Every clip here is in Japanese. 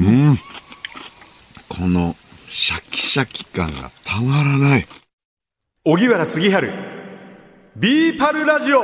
このシャキシャキ感がたまらない。 荻原次春ビーパルラジオ。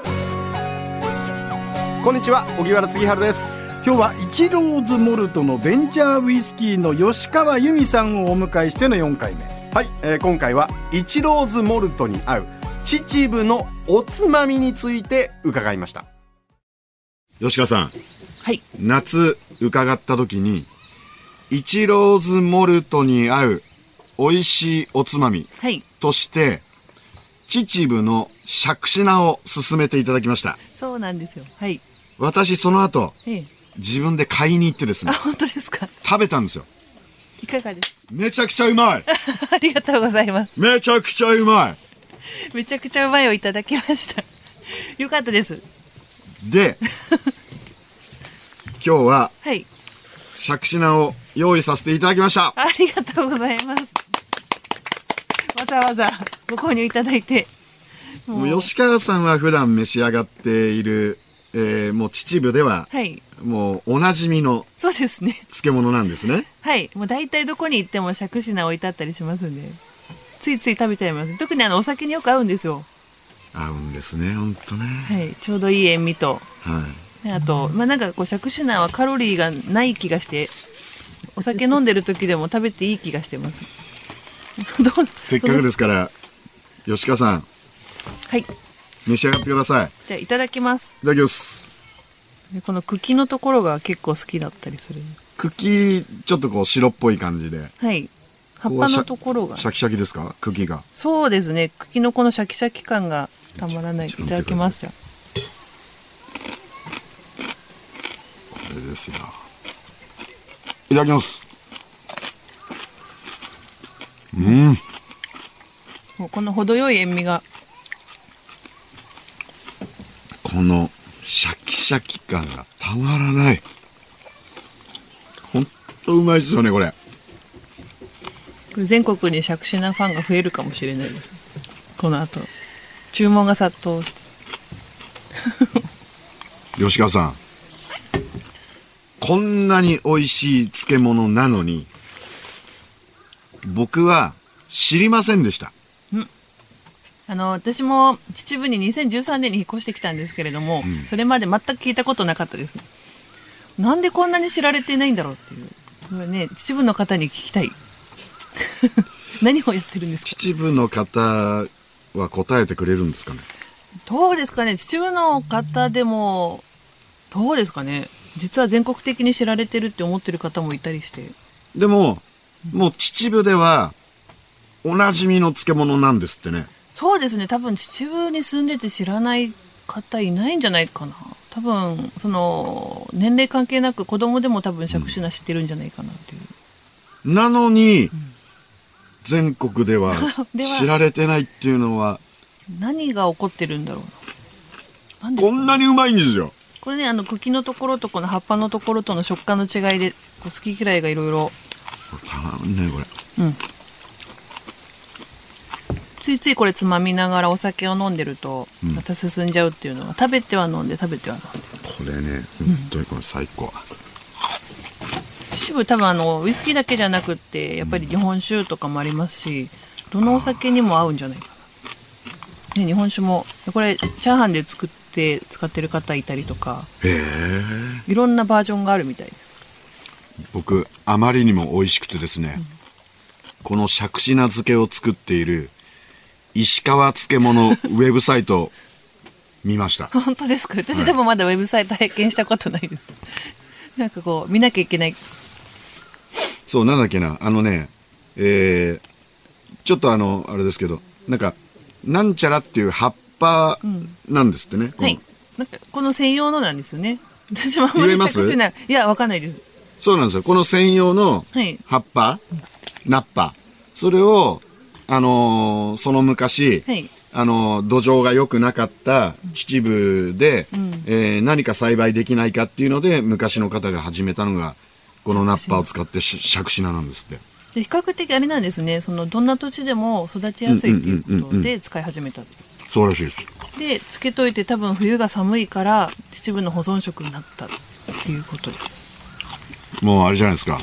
こんにちは、荻原次春です。 今日はイチローズモルトのベンチャーウイスキーの吉川由美さんをお迎えしての4回目。 はい、今回はイチローズモルトに合う秩父のおつまみについて伺いました。 吉川さん、 はい、 夏伺った時にイチローズモルトに合う美味しいおつまみとして、はい、秩父のしゃくし菜を勧めていただきました。 そうなんですよ。はい。 私その後、自分で買いに行ってですね。 あ、本当ですか。 食べたんですよ。 いかがですか。 めちゃくちゃうまい。 ありがとうございます。 めちゃくちゃうまい。 めちゃくちゃうまいをいただきました。よかったです。 で、今日は、 はい。 しゃくし菜を用意させていただきました。 ありがとうございます。わざわざご購入いただいて。 もう吉川さんは普段召し上がっている、もう秩父では、はい、もうおなじみのそうですね、 漬物なんですね。 はい、もう大体どこに行ってもしゃくし菜置いてあったりしますんで、ついつい食べちゃいます。特にお酒によく合うんですよ。 合うんですね、本当ね。 はい、ちょうどいい塩味と、はい、あと、なんかこうしゃくし菜はカロリーがない気がして、お酒飲んでる時でも食べていい気がしてます。 せっかくですから吉川さん、 はい、 召し上がってください。 じゃあいただきます。 いただきます。 この茎のところが結構好きだったりする。 茎ちょっとこう白っぽい感じで、 はい、葉っぱのところがシャキシャキですか。茎が。そうですね、茎のこのシャキシャキ感がたまらない。いただきます。じゃこれですよ。いただきます。 もうこの程よい塩味が、 このシャキシャキ感がたまらない。ほんとうまいですよね、これ。 これ全国にしゃくし菜ファンが増えるかもしれないですね。この後注文が殺到して吉川さん、こんなに美味しい漬物なのに僕は知りませんでした。 私も秩父に2013年に引っ越してきたんですけれども、それまで全く聞いたことなかったですね。なんでこんなに知られていないんだろうっていう。これね、秩父の方に聞きたい。何をやってるんですか。 秩父の方は答えてくれるんですかね。 どうですかね。秩父の方でもどうですかね。実は全国的に知られてるって思ってる方もいたりして。 でも、もう秩父ではおなじみの漬物なんですってね。 そうですね。多分秩父に住んでて知らない方いないんじゃないかな。多分その年齢関係なく子供でも多分しゃくし菜知ってるんじゃないかなっていう。 なのに、全国では知られてないっていうのは何が起こってるんだろうな。 こんなにうまいんですよ。 これね、茎のところとこの葉っぱのところとの食感の違いで好き嫌いがいろいろ。 たまんないこれ。 ついついこれつまみながらお酒を飲んでるとまた進んじゃうっていうのは、食べては飲んで食べては飲んで。 これね、本当にこれ最高。 秩父多分ウイスキーだけじゃなくってやっぱり日本酒とかもありますし、どのお酒にも合うんじゃないかな、ね、日本酒もこれチャーハンで作って使ってる方いたりとか、いろんなバージョンがあるみたいです。 僕あまりにも美味しくてですね、このしゃくし菜漬けを作っている石川漬物ウェブサイト見ました。 本当ですか。私でもまだウェブサイト拝見したことないです。なんかこう見なきゃいけない。 そう、なんだっけな、ちょっとあれですけど、なんちゃらっていう葉っぱなんですってね。 はい。なんかこの専用のなんですよね。私もあんまりしくしない。いや、わかんないです。 そうなんですよ。この専用の葉っぱ、ナッパ、それをその昔、土壌が良くなかった秩父で、何か栽培できないかっていうので昔の方が始めたのがこのナッパを使ってしゃくし菜なんですって。 比較的あれなんですね。どんな土地でも育ちやすいっていうことで使い始めた。 そうらしいです。 でつけといて多分冬が寒いから秩父の保存食になったっていうことです。 もうあれじゃないですか。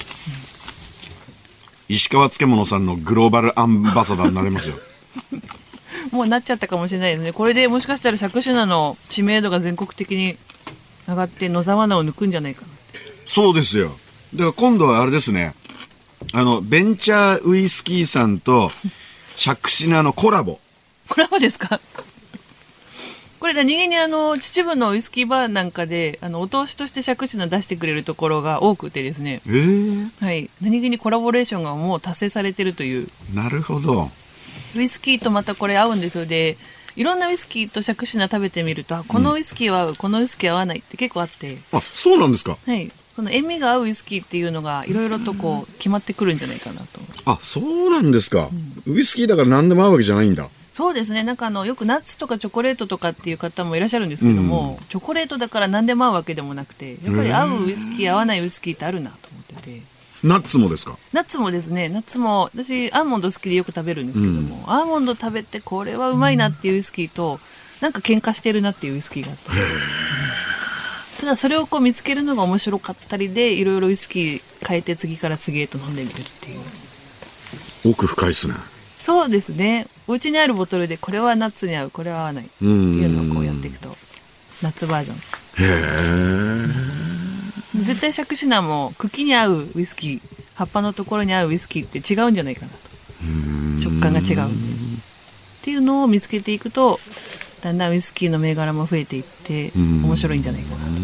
石川漬物さんのグローバルアンバサダーになれますよ。 もうなっちゃったかもしれないですね。これでもしかしたら釈シナの知名度が全国的に上がって野沢菜を抜くんじゃないかな。 そうですよ。だから今度はあれですね。ベンチャーウイスキーさんと釈シナのコラボ。 コラボですか？これ何気に秩父のウイスキーバーなんかで、お通しとして釈シナ出してくれるところが多くてですね。はい。何気にコラボレーションがもう達成されてるという。 なるほど。 ウイスキーとまたこれ合うんですよ。で、いろんなウイスキーと釈シナ食べてみると、このウイスキーは合う、このウイスキー合わないって結構あって。 あ、そうなんですか？ はい。この塩味が合うウイスキーっていうのがいろいろとこう決まってくるんじゃないかなと。 あ、そうなんですか。ウイスキーだから何でも合うわけじゃないんだ。 そうですね。なんかよくナッツとかチョコレートとかっていう方もいらっしゃるんですけども、チョコレートだから何でも合うわけでもなくて、やっぱり合うウイスキー、合わないウイスキーってあるなと思ってて。 ナッツもですか？ ナッツもですね。ナッツも、私、アーモンド好きでよく食べるんですけども、アーモンド食べてこれはうまいなっていうウイスキーと、なんか喧嘩してるなっていうウイスキーがあって。ただそれをこう見つけるのが面白かったりで、いろいろウイスキー変えて次から次へと飲んでみるっていう。 奥深いですね。 そうですね。お家にあるボトルでこれはナッツに合う、これは合わないっていうのをこうやっていくと、ナッツバージョン。へー。絶対釈シナも茎に合うウイスキー、葉っぱのところに合うウイスキーって違うんじゃないかなと。食感が違うんで。っていうのを見つけていくと、だんだんウイスキーの銘柄も増えていって、面白いんじゃないかな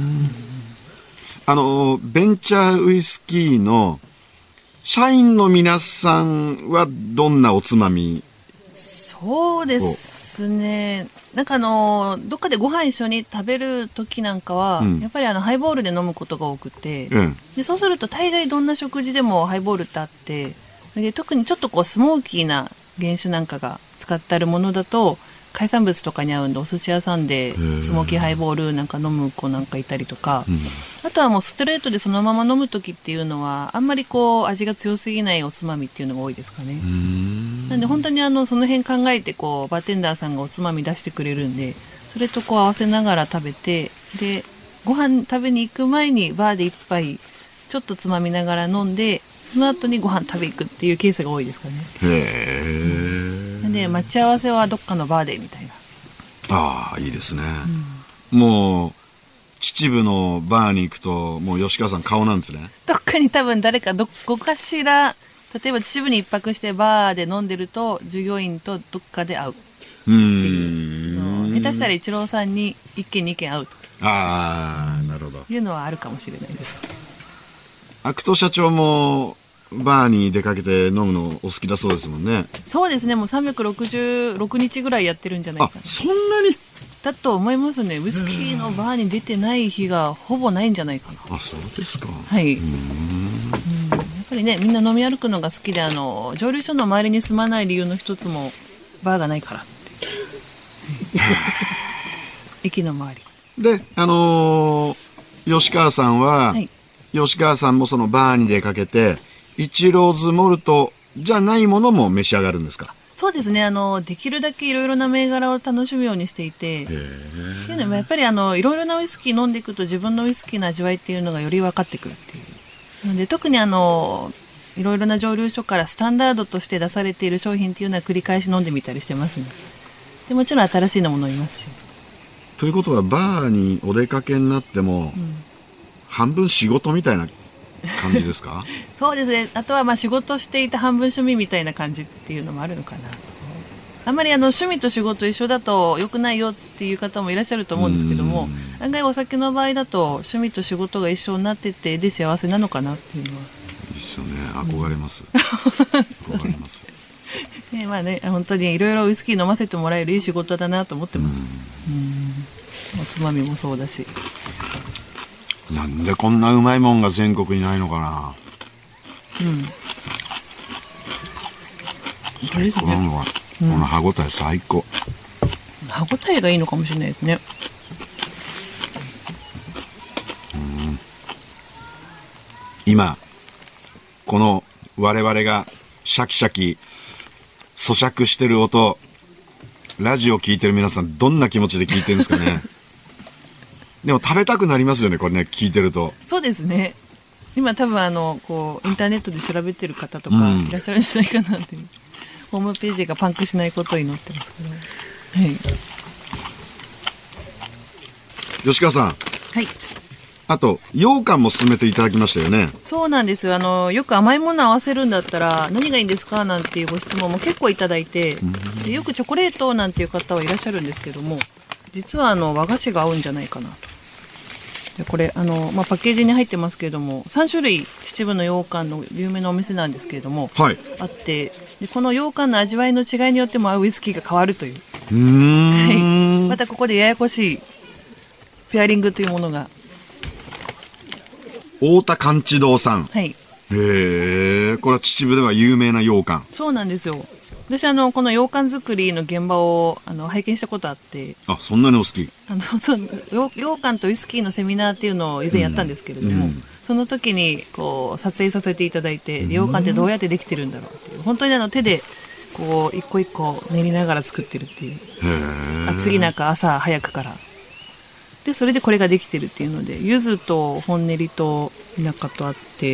と。 ベンチャーウイスキーの社員の皆さんはどんなおつまみ？ そうですね。なんかどっかでご飯一緒に食べる時なんかは、やっぱりハイボールで飲むことが多くて、でそうすると大概どんな食事でもハイボールってあって、で特にちょっとこうスモーキーな原酒なんかが使ってあるものだと、海産物とかに合うんで、お寿司屋さんでスモーキーハイボールなんか飲む子なんかいたりとか、あとはもうストレートでそのまま飲む時っていうのは、あんまりこう味が強すぎないおつまみっていうのが多いですかね。なんで本当にその辺考えてこうバーテンダーさんがおつまみ出してくれるんで、それとこう合わせながら食べて、でご飯食べに行く前にバーで一杯ちょっとつまみながら飲んで、その後にご飯食べ行くっていうケースが多いですかね。で待ち合わせはどっかのバーでみたいな。 ああ、いいですね。もう秩父のバーに行くともう吉川さん顔なんですね。 どっかに多分誰かどこかしら、例えば秩父に一泊してバーで飲んでると従業員とどっかで会うっていう。下手したらイチローさんに一軒二軒会うと。 ああ、なるほど。いうのはあるかもしれないです。 アクト社長もバーに出かけて飲むのお好きだそうですもんね。 そうですね。もう366日ぐらいやってるんじゃないかな。 あ、そんなにだと思いますね。ウイスキーのバーに出てない日がほぼないんじゃないかな。 あ、そうですか。 はい。やっぱりね、みんな飲み歩くのが好きで、蒸留所の周りに住まない理由の一つもバーがないから駅の周りで、吉川さんは、はい、吉川さんもそのバーに出かけてイチローズモルトじゃないものも召し上がるんですか？ そうですね。できるだけいろいろな銘柄を楽しむようにしていて、っていうのもやっぱりいろいろなウイスキー飲んでいくと自分のウイスキーの味わいっていうのがより分かってくるっていう。なので特にいろいろな蒸留所からスタンダードとして出されている商品っていうのは繰り返し飲んでみたりしてますね。でもちろん新しいのも飲みますし。 ということはバーにお出かけになっても、半分仕事みたいな感じですか？ そうですね。あとは仕事していた半分趣味みたいな感じっていうのもあるのかなと。あんまり趣味と仕事一緒だと良くないよっていう方もいらっしゃると思うんですけども、案外お酒の場合だと趣味と仕事が一緒になっててで幸せなのかなっていうのは。 いいですよね。憧れます。憧れます。 ね、まあね、本当にいろいろウイスキー飲ませてもらえるいい仕事だなと思ってます。おつまみもそうだし。 なんでこんなうまいもんが全国にないのかな。最高なのは、この歯ごたえ最高。 歯ごたえがいいのかもしれないですね。 今この我々がシャキシャキ咀嚼してる音、ラジオ聞いてる皆さんどんな気持ちで聞いてるんですかね。でも食べたくなりますよね、これね、聞いてると。 そうですね。 今多分こう、インターネットで調べてる方とかいらっしゃるんじゃないかなっていう。ホームページがパンクしないことを祈ってますけど。はい。 吉川さん。 はい。 あと、羊羹も勧めていただきましたよね。 そうなんですよ。よく甘いもの合わせるんだったら何がいいんですかなんていうご質問も結構いただいて、でよくチョコレートなんていう方はいらっしゃるんですけども、実は和菓子が合うんじゃないかなと。でこれ、パッケージに入ってますけれども、3種類秩父の羊羹の有名なお店なんですけれども、 はい。 あって、でこの羊羹の味わいの違いによっても合うウイスキーが変わるという。はい。またここでややこしいペアリングというものが。 太田貫地堂さん。 はい。 これは秩父では有名な羊羹。 そうなんですよ。私この羊羹作りの現場を拝見したことあって。 あ、そんなにお好き？ 羊羹とウイスキーのセミナーっていうのを以前やったんですけれども、その時にこう撮影させていただいて、羊羹ってどうやってできてるんだろうっていう、本当に手でこう一個一個練りながら作ってるっていう。暑い中朝早くから。で、それでこれができてるっていうので、柚子と本練りと田舎とあって、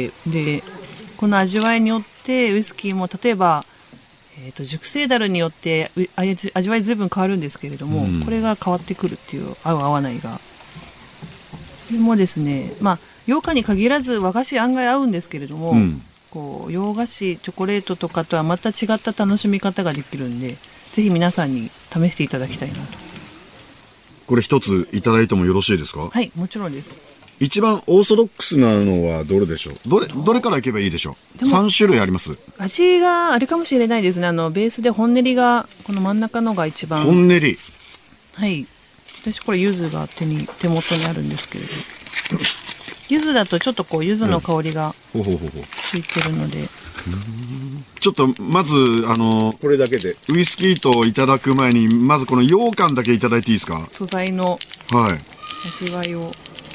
で、この味わいによってウイスキーも例えば、熟成樽によって味わい随分変わるんですけれども、これが変わってくるっていう、合う合わないが。でもですね、羊羹に限らず和菓子案外合うんですけれども、こう洋菓子、チョコレートとかとはまた違った楽しみ方ができるんで、ぜひ皆さんに試していただきたいなと。 これ一ついただいてもよろしいですか？ はい、もちろんです。 一番オーソドックスなのはどれでしょう？どれからいけばいいでしょう？3種類あります。 味があれかもしれないですね。ベースで本練りが、この真ん中のが一番。 本練り。 はい。私これ柚子が手元にあるんですけれど。柚子だとちょっとこう柚子の香りがついてるので。 ちょっとまずこれだけでウイスキーといただく前にまずこの羊羹だけいただいていいですか？ 素材の味わいを、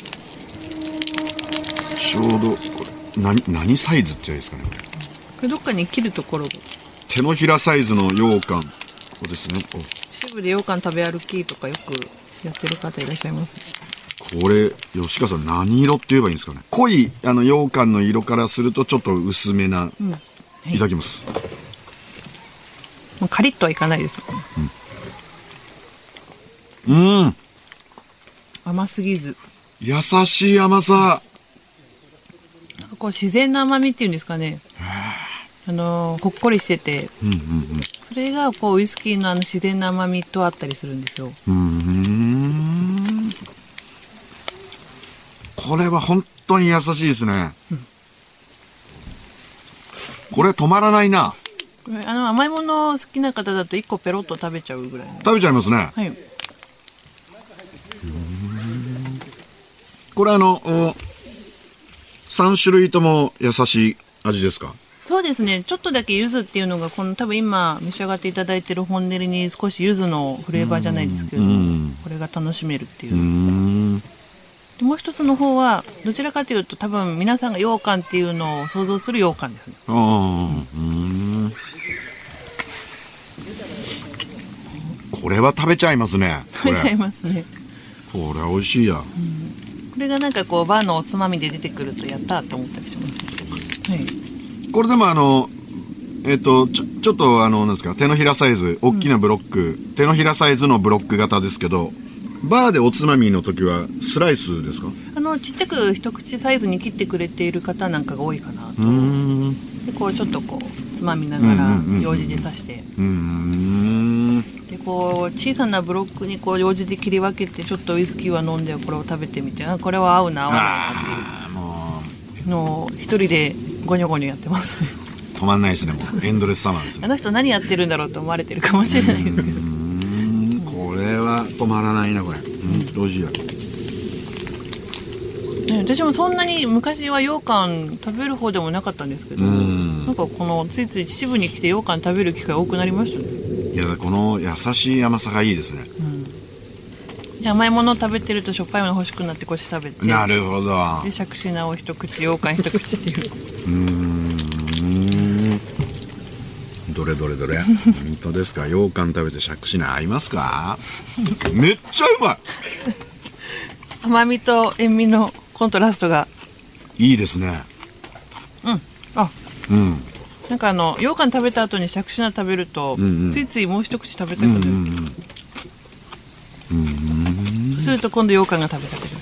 ちょうどこれ何サイズって言うんですかね？ これどっかに切るところ手のひらサイズの羊羹、そうですね。 秩父で羊羹食べ歩きとかよくやってる方いらっしゃいますね。 これ吉川さん何色って言えばいいんですかね？濃い羊羹の色からするとちょっと薄めな、いただきます。 もうカリッとはいかないですよね。 甘すぎず優しい甘さ。 なんかこう自然な甘みっていうんですかね。ほっこりしてて、それがこうウイスキーの自然な甘みとあったりするんですよ。 これは本当に優しいですね。これ止まらないな。 これ甘いもの好きな方だと1個ペロッと食べちゃうぐらいの。 食べちゃいますね。 はい。 これ3種類とも優しい味ですか？ そうですね。ちょっとだけ柚子っていうのが多分今召し上がっていただいてる本練りに少し柚子のフレーバーじゃないですけれども、これが楽しめるっていう。でもう一つの方はどちらかというと多分皆さんが羊羹っていうのを想像する羊羹ですね。 これは食べちゃいますね。 食べちゃいますね。 これは美味しいや。これがなんかこうバーのおつまみで出てくるとやったと思ったりします。はい。 これでもちょっとなんですか、手のひらサイズ、大きなブロック、手のひらサイズのブロック型ですけど、バーでおつまみの時はスライスですか？ ちっちゃく一口サイズに切ってくれている方なんかが多いかなと。でこうちょっとこうつまみながらようじで刺して、でこう小さなブロックにこうようじで切り分けて、ちょっとウイスキーは飲んでこれを食べてみて、これは合うな合わないなっていうのを一人でゴニョゴニョやってますね。 止まんないですね。もうエンドレスサマーですね。 あの人何やってるんだろうと思われてるかもしれないですけど。 これは止まらないなこれ。美味しいや。 私もそんなに昔は羊羹食べる方でもなかったんですけど、なんかこのついつい秩父に来て羊羹食べる機会多くなりましたね。 いや、この優しい甘さがいいですね。 じゃあ甘いものを食べてるとしょっぱいもの欲しくなってこうして食べて、 なるほど。 でしゃくし菜を一口、羊羹一口っていう。 どれ本当ですか？羊羹食べてしゃくし菜合いますか？めっちゃうまい。 甘みと塩味のコントラストがいいですね。 うん。あ、うん。なんか羊羹食べた後にしゃくし菜食べると、ついついもう一口食べたくなる。すると今度羊羹が食べたくなる。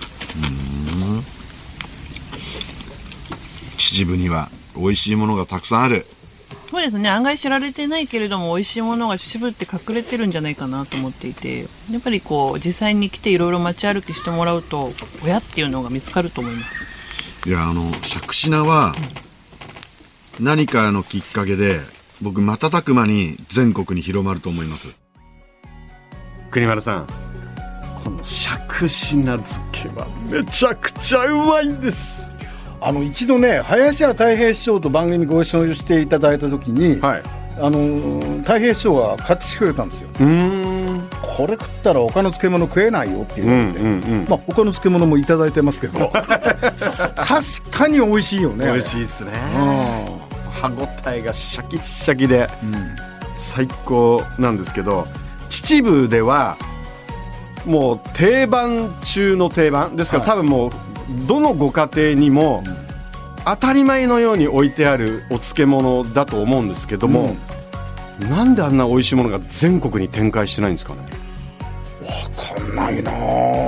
秩父には美味しいものがたくさんある。 そうですね。案外知られてないけれども美味しいものが秩父って隠れてるんじゃないかなと思っていて、やっぱり実際に来ていろいろ街歩きしてもらうと親っていうのが見つかると思います。 いやしゃくし菜は何かのきっかけで僕瞬く間に全国に広まると思います。 国丸さん、このしゃくし菜漬けはめちゃくちゃうまいんです。 一度ね、林家たい平師匠と番組ご一緒していただいた時に、はい、たい平師匠が買ってきてくれたんですよ。これ食ったら他の漬物食えないよって言われて、他の漬物もいただいてますけど確かに美味しいよね。 美味しいですね。歯ごたえがシャキシャキで、最高なんですけど、秩父ではもう定番中の定番ですから、多分もうどのご家庭にも当たり前のように置いてあるお漬物だと思うんですけども、なんであんな美味しいものが全国に展開してないんですかね。 わかんないな。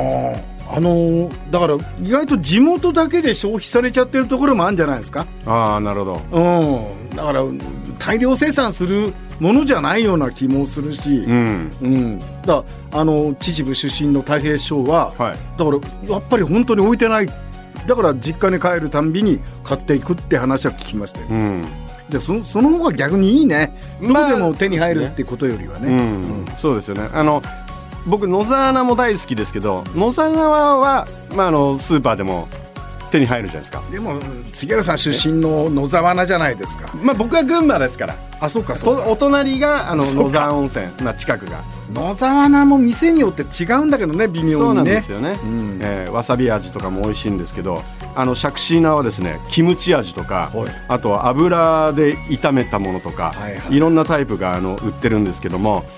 だから意外と地元だけで消費されちゃってるところもあるんじゃないですか。 ああ、なるほど。だから大量生産するものじゃないような気もするし、だから秩父出身の太平師匠は、だからやっぱり本当に置いてない。だから実家に帰るたんびに買っていくって話は聞きましたよ。でその方が逆にいいね。どこでも手に入るってことよりはね。 そうですよね。僕野沢菜も大好きですけど、野沢菜は、スーパーでも手に入るじゃないですか。 でも杉原さん出身の野沢菜じゃないですか。 僕は群馬ですから。 あ、そうか。 お隣が野沢温泉、近くが。 野沢菜も店によって違うんだけどね、微妙にね。 そうなんですよね。わさび味とかも美味しいんですけど、しゃくし菜はですね、キムチ味とか、あとは油で炒めたものとか、いろんなタイプが売ってるんですけども、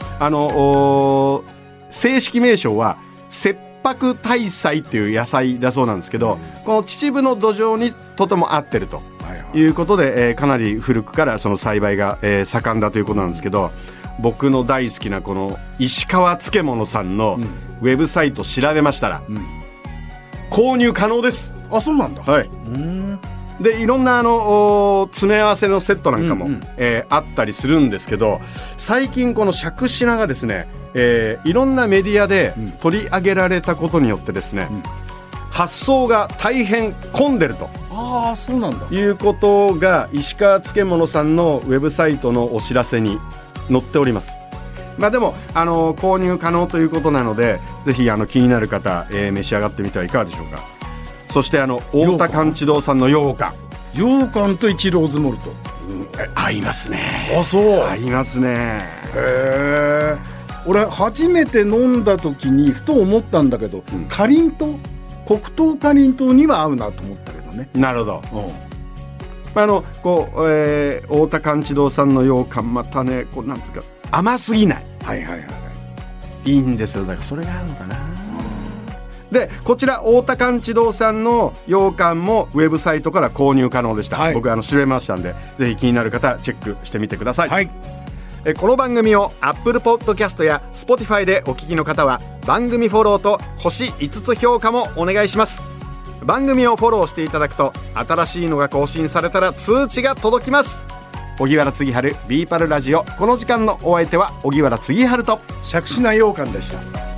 正式名称は切迫大菜っていう野菜だそうなんですけど、この秩父の土壌にとても合ってるということで、かなり古くからその栽培が、盛んだということなんですけど、僕の大好きなこの石川漬物さんのウェブサイト調べましたら、購入可能です。 あ、そうなんだ。 はい。でいろんな詰め合わせのセットなんかも、あったりするんですけど、最近このしゃくし菜がですね、いろんなメディアで取り上げられたことによってですね、発送が大変混んでると。 ああ、そうなんだ。 いうことが石川漬物さんのウェブサイトのお知らせに載っております。でも購入可能ということなので、ぜひ気になる方、召し上がってみてはいかがでしょうか。そして太田貫地堂さんの羊羹と一ローズモルト、 合いますね。 あ、そう。 合いますね。 へえ。俺初めて飲んだ時にふと思ったんだけど、かりんとう、黒糖かりんとうには合うなと思ったけどね。 なるほど。太田貫地堂さんの羊羹、またね、なんつうか甘すぎない。いいんですよ。だからそれが合うのかな。でこちら太田貫地堂さんの羊羹もウェブサイトから購入可能でした。僕調べましたんで、ぜひ気になる方チェックしてみてください。この番組を Apple Podcast や Spotify でお聞きの方は、番組フォローと星5つ評価もお願いします。番組をフォローしていただくと、新しいのが更新されたら通知が届きます。荻原次春ビーパルラジオ、この時間のお相手は荻原次春としゃくし菜羊羹でした。